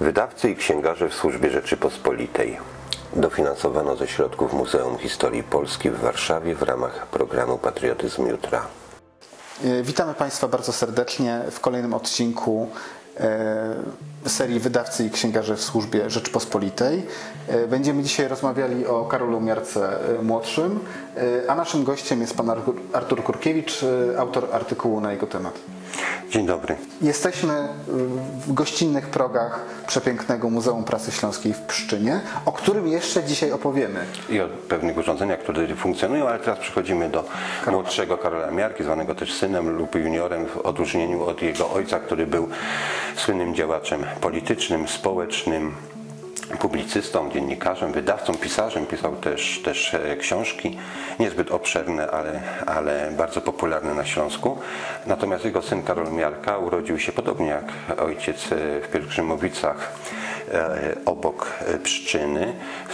Wydawcy i księgarze w służbie Rzeczypospolitej. Dofinansowano ze środków Muzeum Historii Polski w Warszawie w ramach programu Patriotyzm Jutra. Witamy Państwa bardzo serdecznie w kolejnym odcinku serii Wydawcy i księgarze w służbie Rzeczypospolitej. Będziemy dzisiaj rozmawiali o Karolu Miarce młodszym, a naszym gościem jest pan Artur Kurkiewicz, autor artykułu na jego temat. Dzień dobry. Jesteśmy w gościnnych progach przepięknego Muzeum Prasy Śląskiej w Pszczynie, o którym jeszcze dzisiaj opowiemy. I o pewnych urządzeniach, które funkcjonują, ale teraz przechodzimy do młodszego Karola Miarki, zwanego też synem lub juniorem, w odróżnieniu od jego ojca, który był słynnym działaczem politycznym, społecznym, publicystą, dziennikarzem, wydawcą, pisarzem. Pisał też książki, niezbyt obszerne, ale bardzo popularne na Śląsku. Natomiast jego syn Karol Miarka urodził się podobnie jak ojciec w Pielgrzymowicach obok Pszczyny w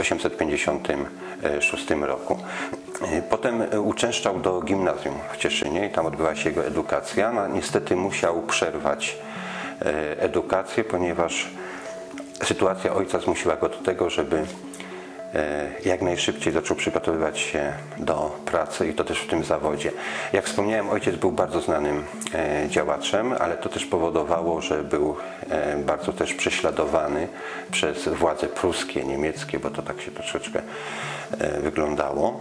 1856 roku. Potem uczęszczał do gimnazjum w Cieszynie i tam odbyła się jego edukacja. No, niestety musiał przerwać edukację, ponieważ sytuacja ojca zmusiła go do tego, żeby jak najszybciej zaczął przygotowywać się do pracy i to też w tym zawodzie. Jak wspomniałem, ojciec był bardzo znanym działaczem, ale to też powodowało, że był bardzo też prześladowany przez władze pruskie, niemieckie, bo to tak się troszeczkę wyglądało.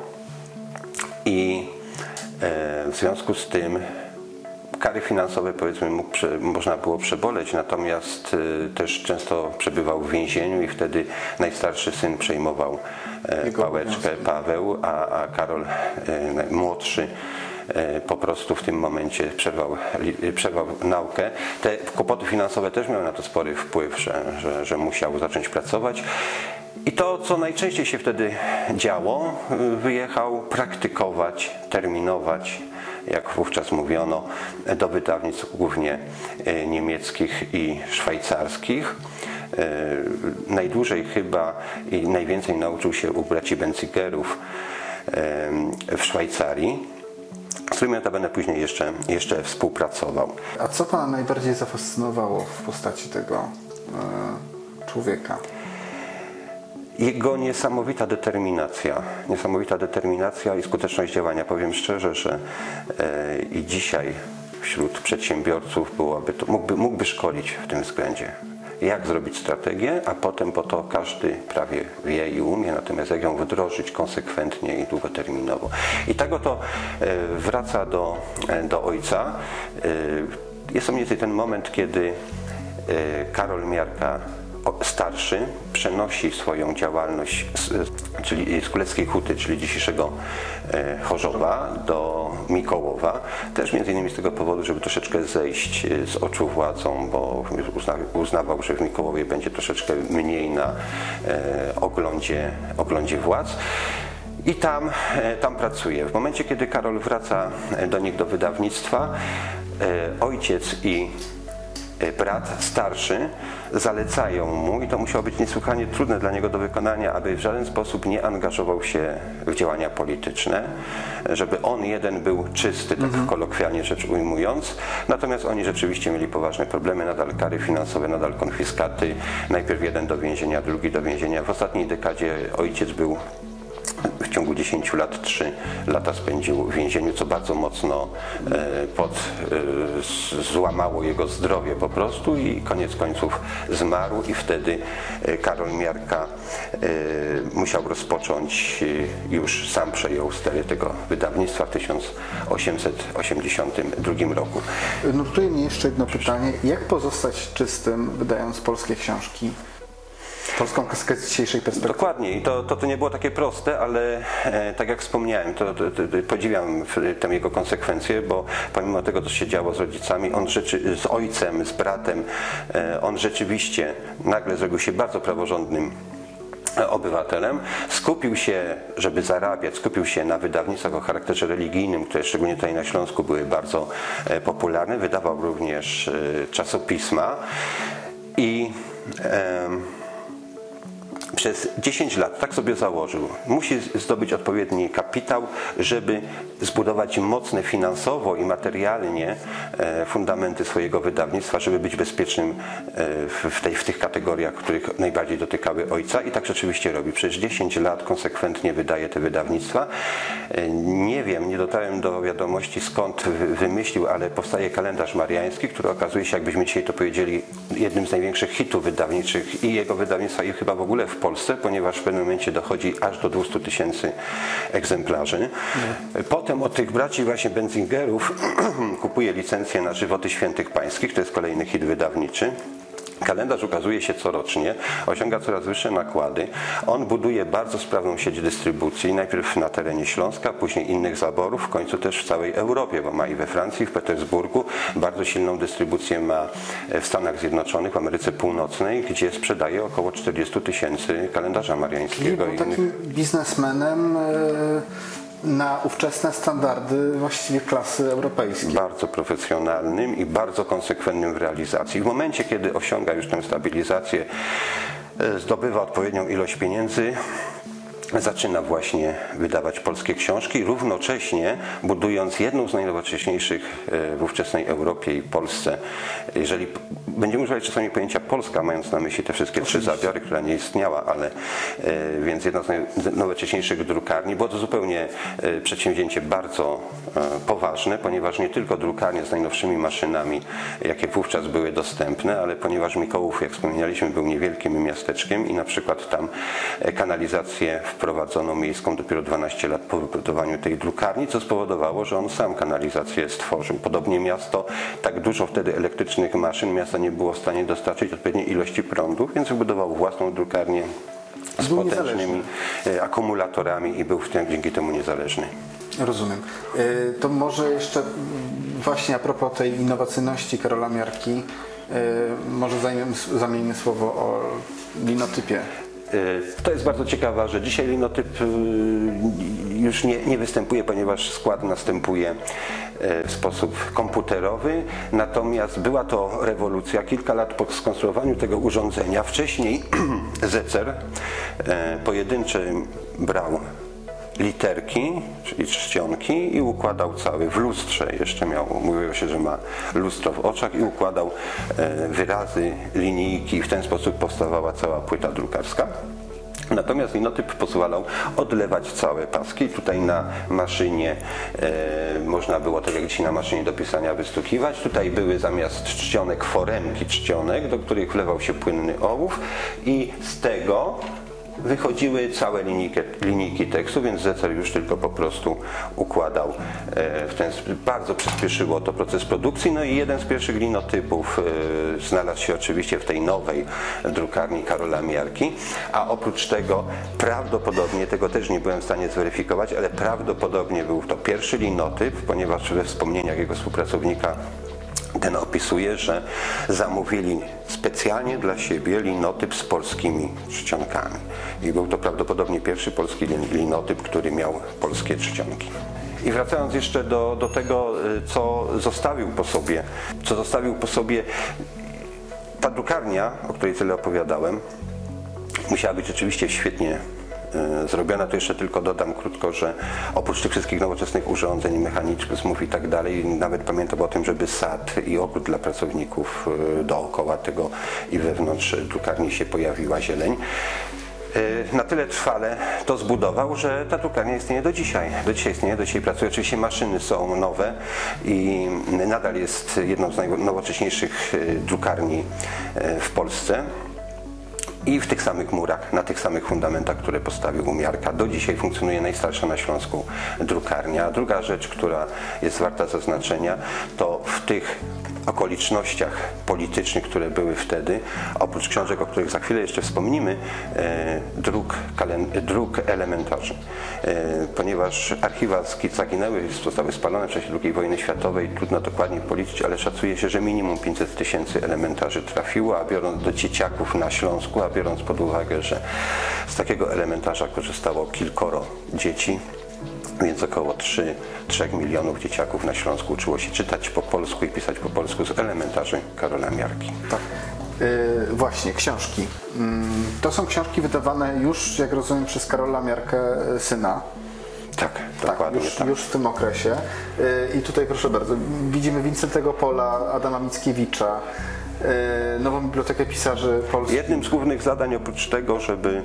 I w związku z tym kary finansowe, powiedzmy, można było przeboleć, natomiast też często przebywał w więzieniu i wtedy najstarszy syn przejmował pałeczkę, Paweł, a Karol młodszy po prostu w tym momencie przerwał naukę. Te kłopoty finansowe też miały na to spory wpływ, że musiał zacząć pracować. I to, co najczęściej się wtedy działo, wyjechał praktykować, terminować, jak wówczas mówiono, do wydawnictw głównie niemieckich i szwajcarskich. Najdłużej chyba i najwięcej nauczył się u braci Benzigerów w Szwajcarii, z którymi notabene później jeszcze współpracował. A co pana najbardziej zafascynowało w postaci tego człowieka? Jego niesamowita determinacja i skuteczność działania. Powiem szczerze, że i dzisiaj wśród przedsiębiorców mógłby szkolić w tym względzie. Jak zrobić strategię, a potem po to każdy prawie wie i umie, natomiast jak ją wdrożyć konsekwentnie i długoterminowo. I tak oto wraca do ojca. Jest to mniej więcej ten moment, kiedy Karol Miarka starszy przenosi swoją działalność z Kuleckiej Huty, czyli dzisiejszego Chorzowa, do Mikołowa. Też między innymi z tego powodu, żeby troszeczkę zejść z oczu władzą, bo uznawał, że w Mikołowie będzie troszeczkę mniej na oglądzie władz. I tam pracuje. W momencie, kiedy Karol wraca do nich do wydawnictwa, ojciec i brat starszy zalecają mu, i to musiało być niesłychanie trudne dla niego do wykonania, aby w żaden sposób nie angażował się w działania polityczne, żeby on jeden był czysty, tak kolokwialnie rzecz ujmując. Natomiast oni rzeczywiście mieli poważne problemy, nadal kary finansowe, nadal konfiskaty, najpierw jeden do więzienia, drugi do więzienia. W ostatniej dekadzie ojciec był w ciągu 10 lat 3 lata spędził w więzieniu, co bardzo mocno złamało jego zdrowie po prostu i koniec końców zmarł i wtedy Karol Miarka musiał rozpocząć, już sam przejął stery tego wydawnictwa w 1882 roku. Nurtuje mnie jeszcze jedno pytanie. Jak pozostać czystym, wydając polskie książki? Polską kaskę z dzisiejszej perspektywy. Dokładnie i to nie było takie proste, ale tak jak wspomniałem, to podziwiam tę jego konsekwencję, bo pomimo tego, co się działo z rodzicami, z ojcem, z bratem, on rzeczywiście nagle zrobił się bardzo praworządnym obywatelem, skupił się, żeby zarabiać, skupił się na wydawnictwach o charakterze religijnym, które szczególnie tutaj na Śląsku były bardzo popularne, wydawał również czasopisma i przez 10 lat, tak sobie założył, musi zdobyć odpowiedni kapitał, żeby zbudować mocne finansowo i materialnie fundamenty swojego wydawnictwa, żeby być bezpiecznym w tych kategoriach, których najbardziej dotykały ojca, i tak rzeczywiście robi. Przez 10 lat konsekwentnie wydaje te wydawnictwa. Nie wiem, nie dotarłem do wiadomości, skąd wymyślił, ale powstaje kalendarz mariański, który okazuje się, jakbyśmy dzisiaj to powiedzieli, jednym z największych hitów wydawniczych i jego wydawnictwa, i chyba w ogóle w Polsce, ponieważ w pewnym momencie dochodzi aż do 200 000 egzemplarzy. Potem od tych braci właśnie Benzingerów kupuje licencję na Żywoty Świętych Pańskich, to jest kolejny hit wydawniczy. Kalendarz ukazuje się corocznie, osiąga coraz wyższe nakłady. On buduje bardzo sprawną sieć dystrybucji, najpierw na terenie Śląska, później innych zaborów, w końcu też w całej Europie, bo ma i we Francji, w Petersburgu. Bardzo silną dystrybucję ma w Stanach Zjednoczonych, w Ameryce Północnej, gdzie sprzedaje około 40 000 kalendarza mariańskiego. Był takim biznesmenem na ówczesne standardy właściwie klasy europejskiej. Bardzo profesjonalnym i bardzo konsekwentnym w realizacji. W momencie, kiedy osiąga już tę stabilizację, zdobywa odpowiednią ilość pieniędzy, zaczyna właśnie wydawać polskie książki, równocześnie budując jedną z najnowocześniejszych w ówczesnej Europie i Polsce. Jeżeli będziemy używać czasami pojęcia Polska, mając na myśli te wszystkie trzy zabiory, która nie istniała, ale więc jedna z najnowocześniejszych drukarni. Było to zupełnie przedsięwzięcie bardzo poważne, ponieważ nie tylko drukarnie z najnowszymi maszynami, jakie wówczas były dostępne, ale ponieważ Mikołów, jak wspomnieliśmy, był niewielkim miasteczkiem i na przykład tam kanalizację wprowadzono miejską dopiero 12 lat po wybudowaniu tej drukarni, co spowodowało, że on sam kanalizację stworzył. Podobnie miasto, tak dużo wtedy elektrycznych maszyn, miasto nie było w stanie dostarczyć odpowiedniej ilości prądu, więc wybudował własną drukarnię z potężnymi akumulatorami i był dzięki temu niezależny. Rozumiem. To może jeszcze właśnie a propos tej innowacyjności Karola Miarki, może zamieńmy słowo o linotypie. To jest bardzo ciekawe, że dzisiaj linotyp już nie występuje, ponieważ skład następuje w sposób komputerowy. Natomiast była to rewolucja. Kilka lat po skonstruowaniu tego urządzenia, wcześniej Zecer pojedynczy brał literki, czyli czcionki, i układał cały w lustrze. Jeszcze mówiło się, że ma lustro w oczach, i układał wyrazy, linijki, i w ten sposób powstawała cała płyta drukarska. Natomiast linotyp pozwalał odlewać całe paski. Tutaj na maszynie można było, tak jak dzisiaj na maszynie do pisania, wystukiwać. Tutaj były zamiast czcionek foremki czcionek, do których wlewał się płynny ołów, i z tego wychodziły całe linijki tekstu, więc Zecer już tylko po prostu układał w ten sposób. Bardzo przyspieszyło to proces produkcji. No i jeden z pierwszych linotypów znalazł się oczywiście w tej nowej drukarni Karola Miarki, a oprócz tego prawdopodobnie, tego też nie byłem w stanie zweryfikować, ale prawdopodobnie był to pierwszy linotyp, ponieważ we wspomnieniach jego współpracownika ten opisuje, że zamówili specjalnie dla siebie linotyp z polskimi czcionkami. I był to prawdopodobnie pierwszy polski linotyp, który miał polskie czcionki. I wracając jeszcze do tego, co zostawił po sobie ta drukarnia, o której tyle opowiadałem, musiała być rzeczywiście świetnie zrobiona. To jeszcze tylko dodam krótko, że oprócz tych wszystkich nowoczesnych urządzeń, mechanicznych i tak dalej, nawet pamiętam o tym, żeby sad i ogród dla pracowników dookoła tego i wewnątrz drukarni się pojawiła zieleń. Na tyle trwale to zbudował, że ta drukarnia istnieje do dzisiaj. Do dzisiaj istnieje, do dzisiaj pracuje. Oczywiście maszyny są nowe i nadal jest jedną z najnowocześniejszych drukarni w Polsce. I w tych samych murach, na tych samych fundamentach, które postawił Miarka. Do dzisiaj funkcjonuje najstarsza na Śląsku drukarnia. Druga rzecz, która jest warta zaznaczenia, to w tych okolicznościach politycznych, które były wtedy, oprócz książek, o których za chwilę jeszcze wspomnimy, dróg elementarzy. Ponieważ archiwa zaginęły, zostały spalone w czasie II wojny światowej, trudno dokładnie policzyć, ale szacuje się, że minimum 500 000 elementarzy trafiło, a biorąc do dzieciaków na Śląsku, a biorąc pod uwagę, że z takiego elementarza korzystało kilkoro dzieci, więc około 3 milionów dzieciaków na Śląsku uczyło się czytać po polsku i pisać po polsku z elementarzy Karola Miarki. Tak. Właśnie, książki. To są książki wydawane już, jak rozumiem, przez Karola Miarkę, syna. Tak, dokładnie tak. Już w tym okresie. I tutaj proszę bardzo, widzimy Wincentego Pola, Adama Mickiewicza, Nową Bibliotekę Pisarzy Polskich. Jednym z głównych zadań, oprócz tego, żeby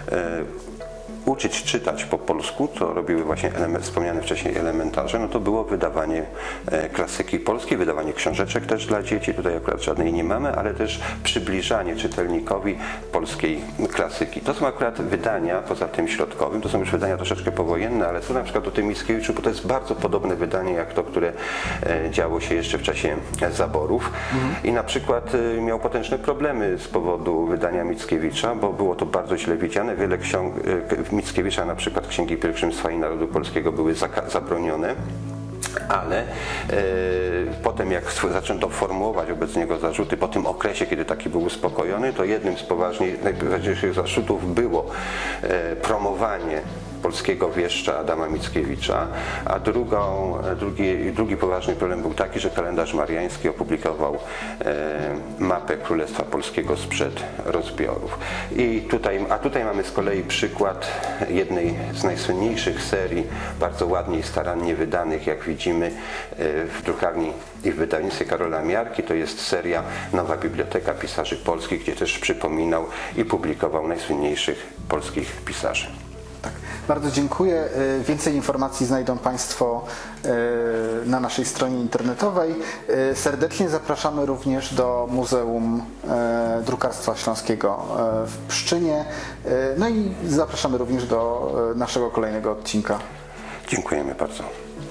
uczyć czytać po polsku, co robiły właśnie wspomniane wcześniej elementarze, no to było wydawanie klasyki polskiej, wydawanie książeczek też dla dzieci, tutaj akurat żadnej nie mamy, ale też przybliżanie czytelnikowi polskiej klasyki. To są akurat wydania, poza tym środkowym, to są już wydania troszeczkę powojenne, ale tu na przykład o tym Mickiewiczu, bo to jest bardzo podobne wydanie jak to, które działo się jeszcze w czasie zaborów i na przykład miał potężne problemy z powodu wydania Mickiewicza, bo było to bardzo źle widziane, wiele ksiąg Mickiewicza, na przykład Księgi Pielgrzymstwa i Narodu Polskiego były zabronione, ale potem jak zaczęto formułować wobec niego zarzuty po tym okresie, kiedy taki był uspokojony, to jednym z najważniejszych zarzutów było promowanie polskiego wieszcza Adama Mickiewicza, a drugi poważny problem był taki, że kalendarz mariański opublikował mapę Królestwa Polskiego sprzed rozbiorów. A tutaj mamy z kolei przykład jednej z najsłynniejszych serii, bardzo ładnie i starannie wydanych, jak widzimy w drukarni i w wydawnictwie Karola Miarki. To jest seria Nowa Biblioteka Pisarzy Polskich, gdzie też przypominał i publikował najsłynniejszych polskich pisarzy. Tak, bardzo dziękuję. Więcej informacji znajdą Państwo na naszej stronie internetowej. Serdecznie zapraszamy również do Muzeum Drukarstwa Śląskiego w Pszczynie. No i zapraszamy również do naszego kolejnego odcinka. Dziękujemy bardzo.